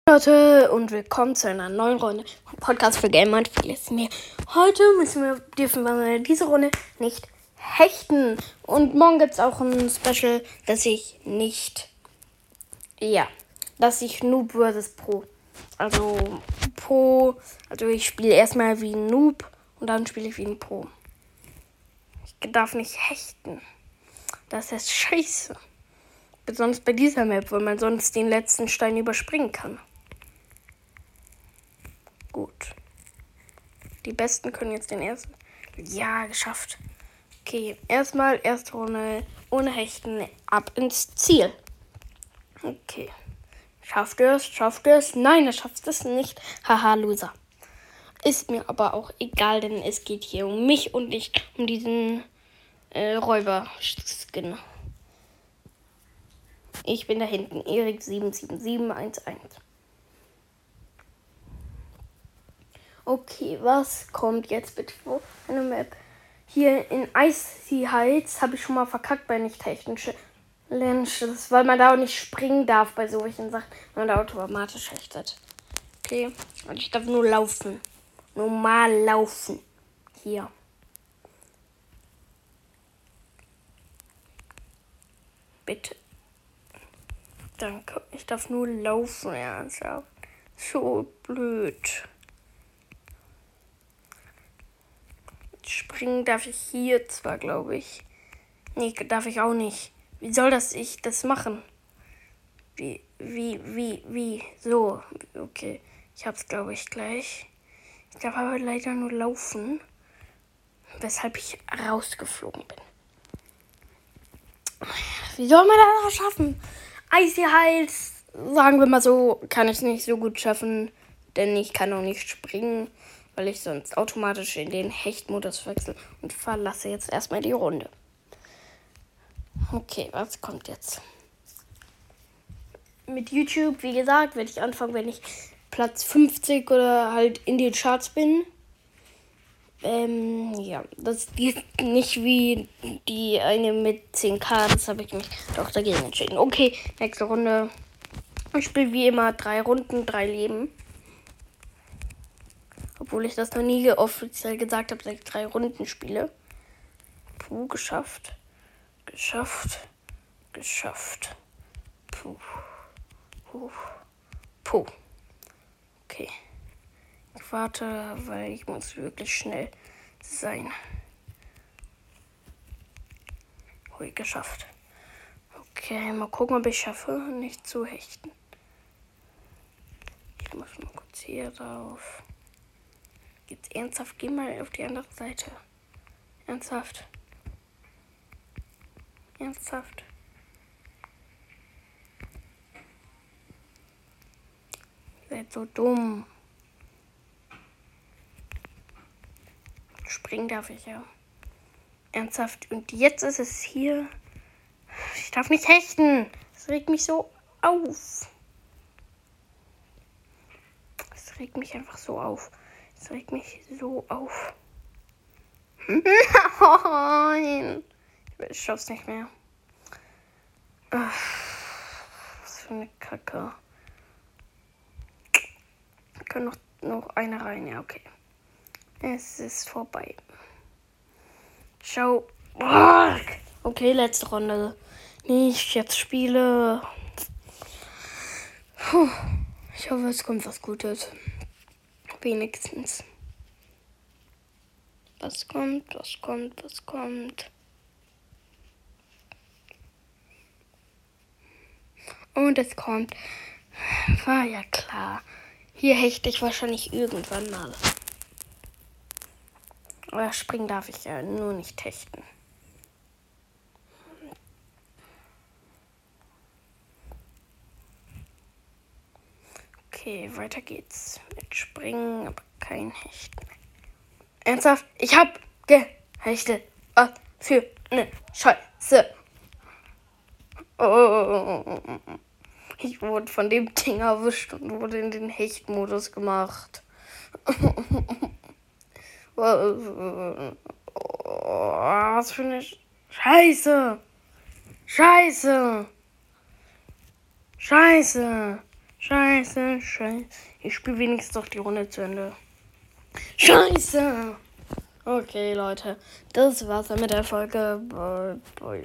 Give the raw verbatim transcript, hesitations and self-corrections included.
Leute und willkommen zu einer neuen Runde vom Podcast für Gamer und vieles mehr. Heute müssen wir, dürfen wir diese Runde nicht hechten. Und morgen gibt es auch ein Special, dass ich nicht, ja, dass ich Noob versus Pro. Also Pro, also ich spiele erstmal wie ein Noob und dann spiele ich wie ein Pro. Ich darf nicht hechten. Das ist scheiße. Besonders bei dieser Map, weil man sonst den letzten Stein überspringen kann. Gut. Die Besten können jetzt den ersten. Ja, geschafft. Okay, erstmal erste Runde ohne Hechten ab ins Ziel. Okay. Schafft er es? Schafft er es? Nein, er schafft es nicht. Haha, Loser. Ist mir aber auch egal, denn es geht hier um mich und nicht um diesen äh, Räuber-Skin. Ich bin da hinten. Erik sieben sieben sieben eins eins. Okay, was kommt jetzt bitte vor eine Map? Hier in Icy Heights habe ich schon mal verkackt bei nicht-hechten Challenge. Das ist, weil man da auch nicht springen darf bei solchen Sachen, wenn man da automatisch hechtet. Okay, und ich darf nur laufen. Normal laufen. Hier. Bitte. Danke. Ich darf nur laufen, ernsthaft. So blöd. Springen darf ich hier zwar, glaube ich. Nee, darf ich auch nicht. Wie soll das ich das machen? Wie, wie, wie, wie? So, okay. Ich hab's, glaube ich, gleich. Ich darf aber leider nur laufen, weshalb ich rausgeflogen bin. Wie soll man das schaffen? Icy Heights, sagen wir mal so, kann ich nicht so gut schaffen, denn ich kann auch nicht springen, weil ich sonst automatisch in den Hechtmodus wechsle und verlasse jetzt erstmal die Runde. Okay, was kommt jetzt? Mit YouTube, wie gesagt, werde ich anfangen, wenn ich Platz fünfzig oder halt in den Charts bin. Ähm, ja, das ist nicht wie die eine mit zehn K, das habe ich mich doch dagegen entschieden. Okay, nächste Runde. Ich spiele wie immer drei Runden, drei Leben. Obwohl ich das noch nie offiziell gesagt habe, dass ich drei Runden spiele. Puh, geschafft. Geschafft. Geschafft. Puh. Puh. Puh. Okay. Ich warte, weil ich muss wirklich schnell sein. Hui, geschafft. Okay, mal gucken, ob ich schaffe, nicht zu hechten. Ich muss mal kurz hier drauf. Jetzt ernsthaft, geh mal auf die andere Seite. Ernsthaft. Ernsthaft. Ihr seid so dumm. Springen darf ich ja. Ernsthaft. Und jetzt ist es hier. Ich darf nicht hechten. Das regt mich so auf. Das regt mich einfach so auf. Das regt mich so auf. Nein. Ich schaff's nicht mehr. Was für eine Kacke. Wir können noch, noch eine rein. Ja, okay. Es ist vorbei. Ciao. Okay, letzte Runde. Nicht jetzt spiele. Puh. Ich hoffe, es kommt was Gutes. Wenigstens. Was kommt, was kommt, was kommt. Und es kommt. War ja klar. Hier hechte ich wahrscheinlich irgendwann mal. Aber springen darf ich ja nur nicht hechten. Okay, weiter geht's. Mit Springen, aber kein Hechten. Ernsthaft? Ich hab gehechtet. Was für ne Scheiße. Oh. Ich wurde von dem Ding erwischt und wurde in den Hechtmodus gemacht. Was für eine Scheiße. Scheiße. Scheiße. Scheiße, scheiße. Ich spiele wenigstens doch die Runde zu Ende. Scheiße. Okay, Leute. Das war's dann mit der Folge. Bye, bye.